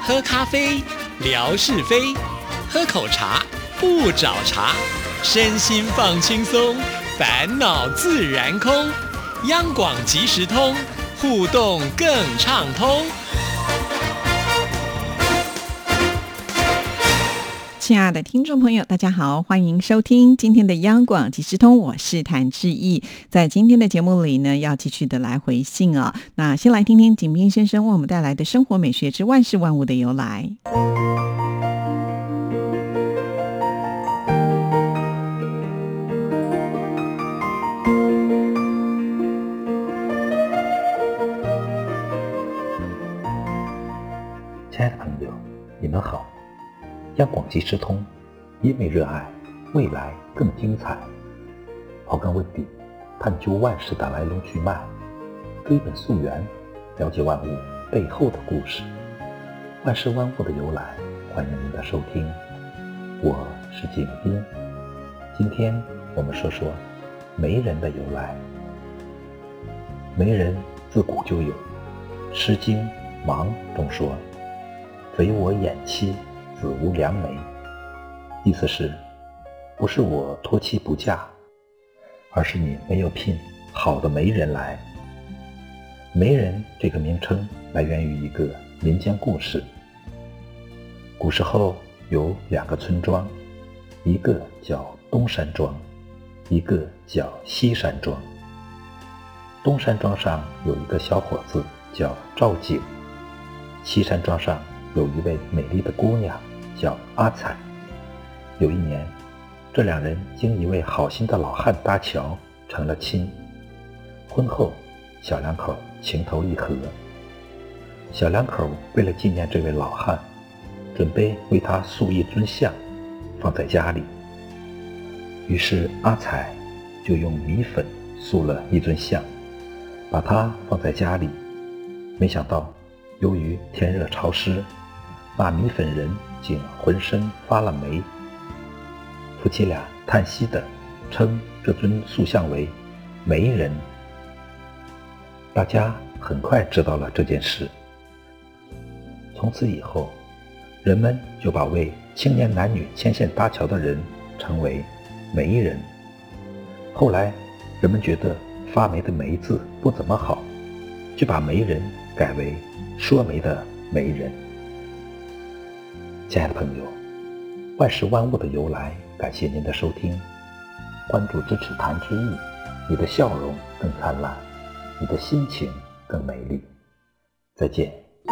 喝咖啡，聊是非；喝口茶，不找茬。身心放轻松，烦恼自然空。央广即时通，互动更畅通。 亲爱的听众朋友，大家好，欢迎收听今天的央广即时通，我是谭志毅。在今天的节目里呢，要继续的来回信啊。那先来听听景斌先生为我们带来的生活美学之万事万物的由来。 亲爱的朋友，你们好。央广即时通，因为热爱未来更精彩。刨根问底，探究万事的来龙去脉，追本溯源，了解万物背后的故事。万事万物的由来，欢迎您的收听。我是景斌。今天我们说说媒人的由来。媒人自古就有，《诗经·芒》中说：“匪我俨妻，子无良媒。”意思是，不是我托妻不嫁，而是你没有聘好的媒人来。媒人这个名称来源于一个民间故事。古时候有两个村庄，一个叫东山庄，一个叫西山庄。东山庄上有一个小伙子叫赵景，西山庄上有一位美丽的姑娘叫阿彩。有一年，这两人经一位好心的老汉搭桥成了亲。婚后，小两口情投意合。小两口为了纪念这位老汉，准备为他塑一尊像放在家里。于是阿彩就用米粉塑了一尊像，把它放在家里。没想到由于天热潮湿，那米粉人竟浑身发了霉。夫妻俩叹息地称这尊塑像为媒人。大家很快知道了这件事。从此以后，人们就把为青年男女牵线搭桥的人称为媒人。后来人们觉得发霉的霉字不怎么好，就把媒人改为说媒的媒人。亲爱的朋友，万事万物的由来，感谢您的收听。关注支持谭志毅，你的笑容更灿烂，你的心情更美丽。再见。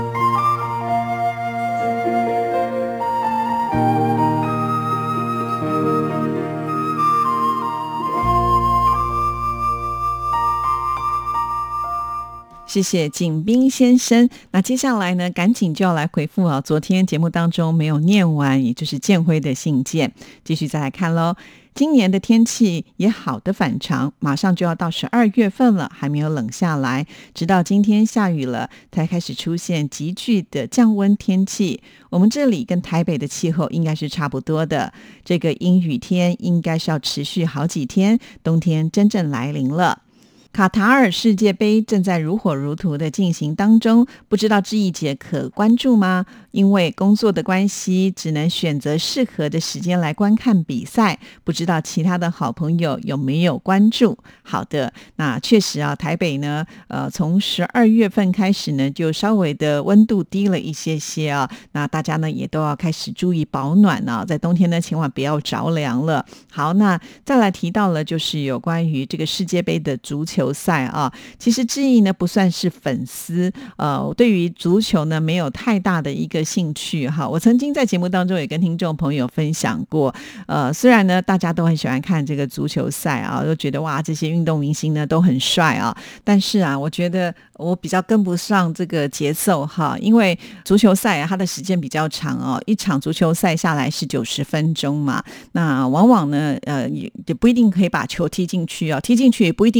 谢谢景斌先生。那接下来呢，赶紧就要来回复昨天节目当中没有念完，也就是建辉的信件，继续再来看咯。今年的天气也好的反常，马上就要到12月份了，还没有冷下来，直到今天下雨了，才开始出现急剧的降温天气。我们这里跟台北的气候应该是差不多的，这个阴雨天应该是要持续好几天，冬天真正来临了。卡塔尔世界杯正在如火如荼的进行当中，不知道志毅姐可关注吗？因为工作的关系，只能选择适合的时间来观看比赛，不知道其他的好朋友有没有关注？好的，那确实啊，台北呢，从12月份开始呢，就稍微的温度低了一些些啊，那大家呢也都要开始注意保暖啊，在冬天呢千万不要着凉了。好，那再来提到了就是有关于这个世界杯的足球赛啊，其实志毅呢不算是粉丝，对于足球呢没有太大的一个兴趣哈。我曾经在节目当中也跟听众朋友分享过，虽然呢大家都很喜欢看这个足球赛啊，都觉得哇这些运动明星呢都很帅啊，但是啊我觉得我比较跟不上这个节奏哈，因为足球赛它的时间比较长哦，一场足球赛下来是90分钟嘛，那往往呢也不一定可以把球踢进去啊，踢进去也不一定算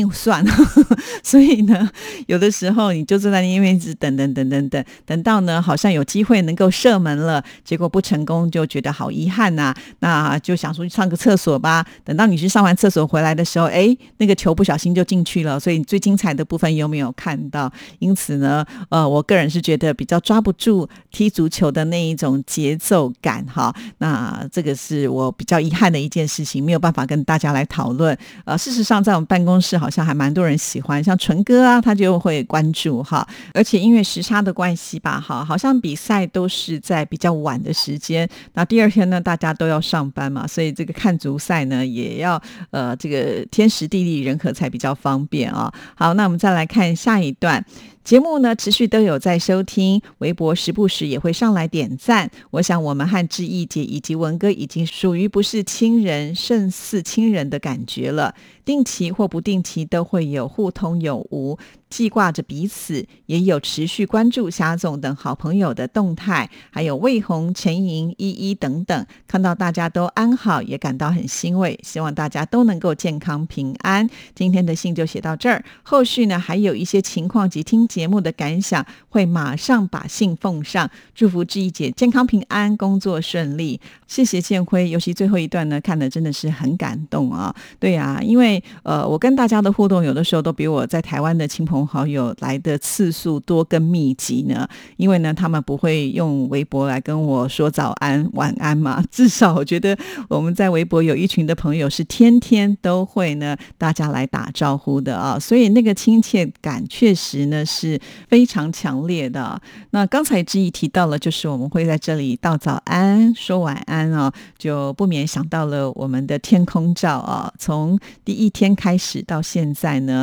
所以呢，有的时候你就坐在那边一直等到呢好像有机会能够射门了，结果不成功，就觉得好遗憾啊，那就想出去上个厕所吧。等到你去上完厕所回来的时候，那个球不小心就进去了，所以最精彩的部分有没有看到？因此呢，我个人是觉得比较抓不住踢足球的那一种节奏感哈。那这个是我比较遗憾的一件事情，没有办法跟大家来讨论。事实上在我们办公室好像还蛮多人喜欢，像纯哥啊，他就会关注哈。而且因为时差的关系吧，好像比赛都是在比较晚的时间，那第二天呢大家都要上班嘛，所以这个看足赛呢也要这个天时地利人和才比较方便啊。好，那我们再来看下一段。节目呢持续都有在收听，微博时不时也会上来点赞。我想我们和志毅姐以及文哥已经属于不是亲人胜似亲人的感觉了，定期或不定期都会有互通有无，记挂着彼此，也有持续关注霞总等好朋友的动态，还有魏红、陈莹、依依等等，看到大家都安好也感到很欣慰，希望大家都能够健康平安。今天的信就写到这儿，后续呢还有一些情况及听节目的感想，会马上把信奉上，祝福志毅姐健康平安，工作顺利。谢谢建辉，尤其最后一段呢看的真的是很感动啊。对啊，因为我跟大家的互动有的时候都比我在台湾的亲朋好友来的次数多跟密集呢，因为呢他们不会用微博来跟我说早安晚安嘛，至少我觉得我们在微博有一群的朋友是天天都会呢大家来打招呼的啊，所以那个亲切感确实呢是非常强烈的啊。那刚才志毅提到了，就是我们会在这里道早安说晚安啊，就不免想到了我们的天空照啊，从第一天开始到现在呢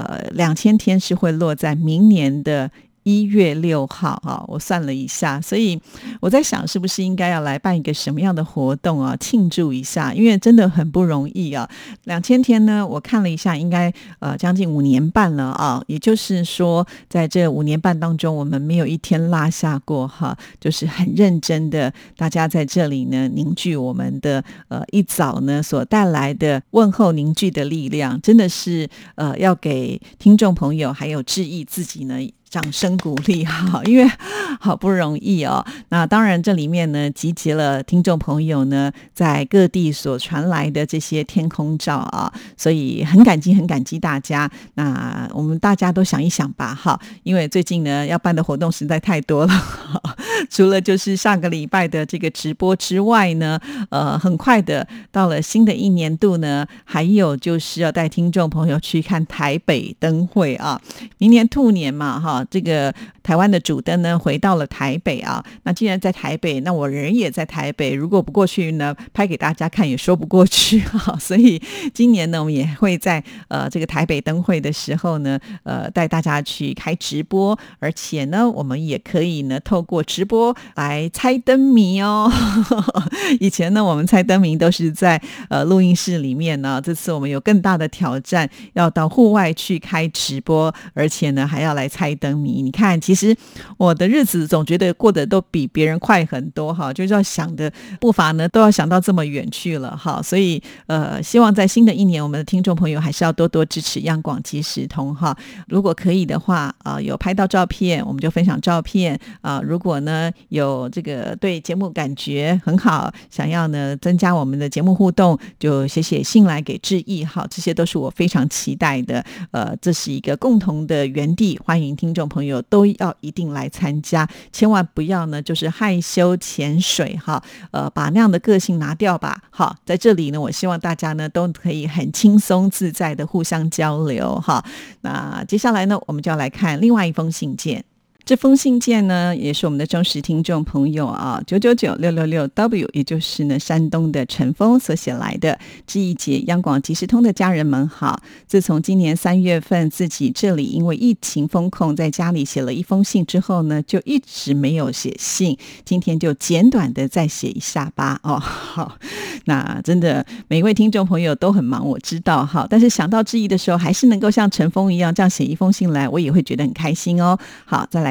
2000天是会落在明年的1月6号啊，我算了一下，所以我在想是不是应该要来办一个什么样的活动啊，庆祝一下，因为真的很不容易啊。2000天呢，我看了一下，应该将近5年半了啊，也就是说，在这5年半当中，我们没有一天落下过哈，就是很认真的，大家在这里呢凝聚我们的一早呢所带来的问候凝聚的力量，真的是要给听众朋友还有志毅自己呢掌声鼓励哈，因为好不容易哦。那当然这里面呢集结了听众朋友呢在各地所传来的这些天空照啊，所以很感激大家。那我们大家都想一想吧哈，因为最近呢要办的活动实在太多了，除了就是上个礼拜的这个直播之外呢，很快的到了新的一年度呢，还有就是要带听众朋友去看台北灯会啊，明年兔年嘛哈。这个台湾的主灯呢回到了台北啊，那既然在台北，那我人也在台北，如果不过去呢拍给大家看也说不过去啊，所以今年呢我们也会在这个台北灯会的时候呢带大家去开直播，而且呢我们也可以呢透过直播来猜灯谜哦以前呢我们猜灯谜都是在录音室里面呢，这次我们有更大的挑战，要到户外去开直播，而且呢还要来猜灯谜。你看其实我的日子总觉得过得都比别人快很多哈，就是要想的步伐呢都要想到这么远去了哈，所以希望在新的一年我们的听众朋友还是要多多支持央广即时通哈，如果可以的话有拍到照片我们就分享照片如果呢有这个对节目感觉很好，想要呢增加我们的节目互动，就写信来给志毅哈，这些都是我非常期待的。这是一个共同的园地，欢迎听众朋友都要一定来参加，千万不要呢就是害羞潜水哈，把那样的个性拿掉吧。好，在这里呢我希望大家呢都可以很轻松自在的互相交流哈。那接下来呢我们就要来看另外一封信件。这封信件呢也是我们的忠实听众朋友啊，999-666W， 也就是呢山东的陈峰所写来的。志毅姐，央广即时通的家人们好，自从今年3月份自己这里因为疫情封控在家里写了一封信之后呢，就一直没有写信，今天就简短的再写一下吧。好，那真的每一位听众朋友都很忙我知道哈，但是想到志毅的时候还是能够像陈峰一样这样写一封信来，我也会觉得很开心哦。好，再来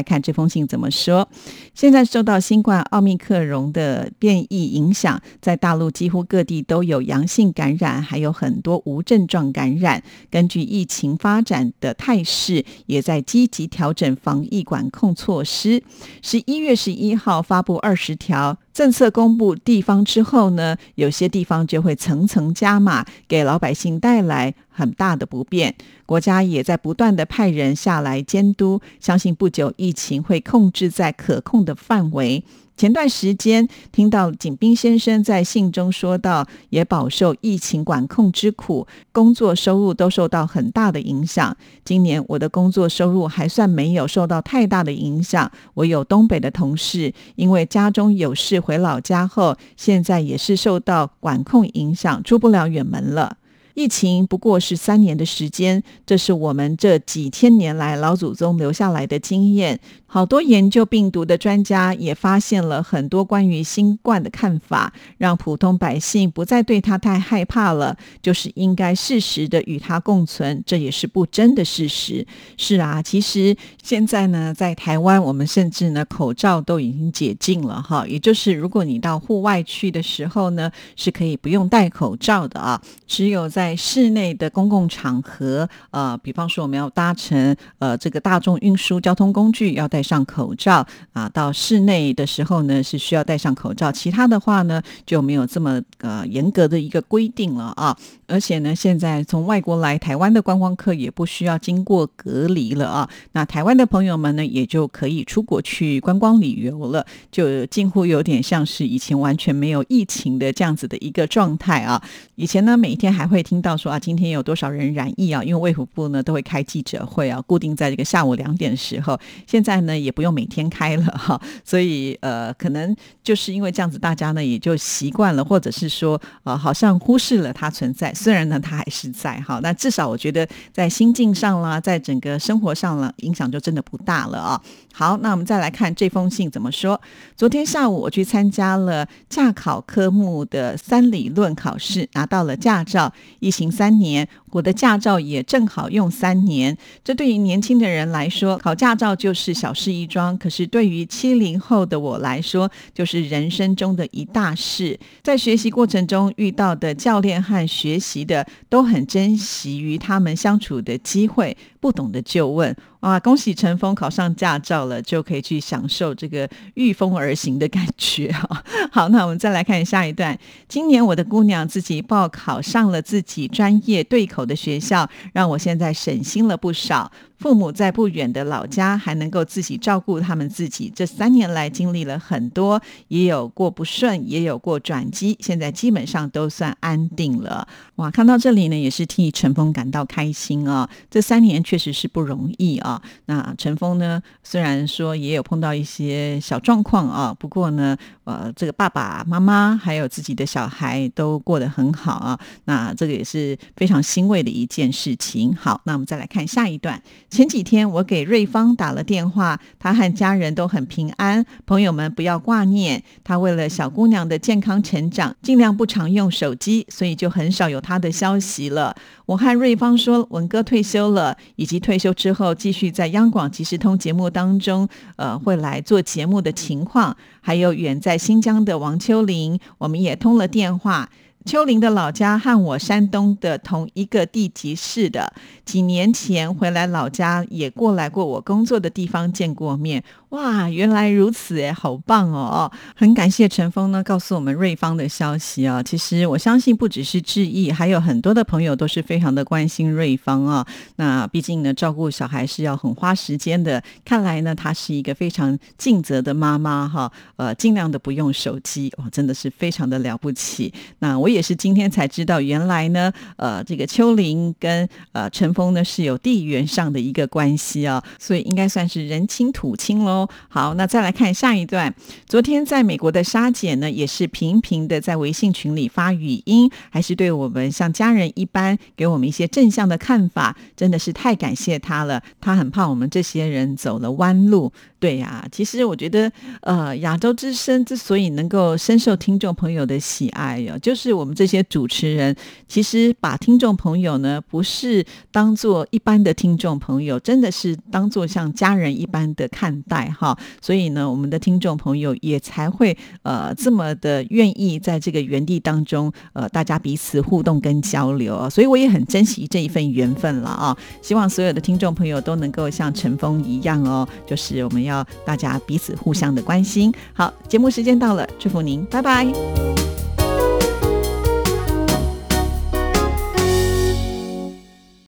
来看这封信怎么说。现在受到新冠奥密克戎的变异影响，在大陆几乎各地都有阳性感染，还有很多无症状感染。根据疫情发展的态势，也在积极调整防疫管控措施。11月11号发布20条政策公布地方之后呢，有些地方就会层层加码，给老百姓带来很大的不便。国家也在不断的派人下来监督，相信不久疫情会控制在可控的范围。前段时间听到景斌先生在信中说到，也饱受疫情管控之苦，工作收入都受到很大的影响。今年我的工作收入还算没有受到太大的影响，我有东北的同事，因为家中有事回老家后，现在也是受到管控影响，出不了远门了。疫情不过是3年的时间，这是我们这几千年来老祖宗留下来的经验。好多研究病毒的专家也发现了很多关于新冠的看法，让普通百姓不再对它太害怕了，就是应该适时的与它共存，这也是不争的事实。是啊，其实现在呢，在台湾我们甚至呢口罩都已经解禁了哈，也就是如果你到户外去的时候呢，是可以不用戴口罩的啊，只有在室内的公共场合，比方说我们要搭乘这个大众运输交通工具要戴上口罩啊，到室内的时候呢是需要戴上口罩，其他的话呢就没有这么严格的一个规定了啊。而且呢，现在从外国来台湾的观光客也不需要经过隔离了啊。那台湾的朋友们呢，也就可以出国去观光旅游了，就近乎有点像是以前完全没有疫情的这样子的一个状态啊。以前呢，每一天还会听到说啊，今天有多少人染疫啊？因为卫福部呢都会开记者会啊，固定在这个下午2点的时候。现在呢也不用每天开了哈，所以可能就是因为这样子，大家呢也就习惯了，或者是说好像忽视了它存在。虽然呢它还是在哈，那至少我觉得在心境上啦，在整个生活上了影响就真的不大了啊。好，那我们再来看这封信怎么说。昨天下午我去参加了驾考科目的3理论考试，拿到了驾照，一行3年，我的驾照也正好用3年。这对于年轻的人来说，考驾照就是小事一桩，可是对于70后的我来说，就是人生中的一大事。在学习过程中遇到的教练和学习的都很珍惜与他们相处的机会，不懂的就问。哇，恭喜陈峰考上驾照了，就可以去享受这个御风而行的感觉。好，那我们再来看下一段。今年我的姑娘自己报考上了自己专业对口的学校，让我现在省心了不少。父母在不远的老家还能够自己照顾他们自己，这3年来经历了很多，也有过不顺，也有过转机，现在基本上都算安定了。哇，看到这里呢，也是替陈峰感到开心啊。这3年确实是不容易啊。那陈峰呢，虽然说也有碰到一些小状况啊，不过呢，这个爸爸妈妈还有自己的小孩都过得很好啊。那这个也是非常欣慰的一件事情。好，那我们再来看下一段。前几天我给瑞芳打了电话，她和家人都很平安，朋友们不要挂念。她为了小姑娘的健康成长，尽量不常用手机，所以就很少有她的消息了。我和瑞芳说文哥退休了，以及退休之后继续在央广即时通节目当中会来做节目的情况，还有远在新疆的王秋玲，我们也通了电话。秋玲的老家和我山东的同一个地级市的，几年前回来老家也过来过我工作的地方见过面。哇，原来如此耶，好棒哦！很感谢陈峰呢告诉我们瑞芳的消息啊。其实我相信不只是志毅，还有很多的朋友都是非常的关心瑞芳啊。那毕竟呢照顾小孩是要很花时间的，看来呢她是一个非常尽责的妈妈哈。尽量的不用手机，哇，真的是非常的了不起。那我也是今天才知道，原来呢这个秋玲跟陈峰呢是有地缘上的一个关系啊，所以应该算是人亲土亲咯。好，那再来看下一段。昨天在美国的莎姐呢，也是频频的在微信群里发语音，还是对我们像家人一般，给我们一些正向的看法，真的是太感谢她了。她很怕我们这些人走了弯路。对呀，其实我觉得亚洲之声之所以能够深受听众朋友的喜爱就是我我们这些主持人其实把听众朋友呢不是当做一般的听众朋友，真的是当做像家人一般的看待哈，所以呢我们的听众朋友也才会这么的愿意在这个园地当中大家彼此互动跟交流，所以我也很珍惜这一份缘分了啊！希望所有的听众朋友都能够像陈峰一样哦，就是我们要大家彼此互相的关心。好，节目时间到了，祝福您，拜拜。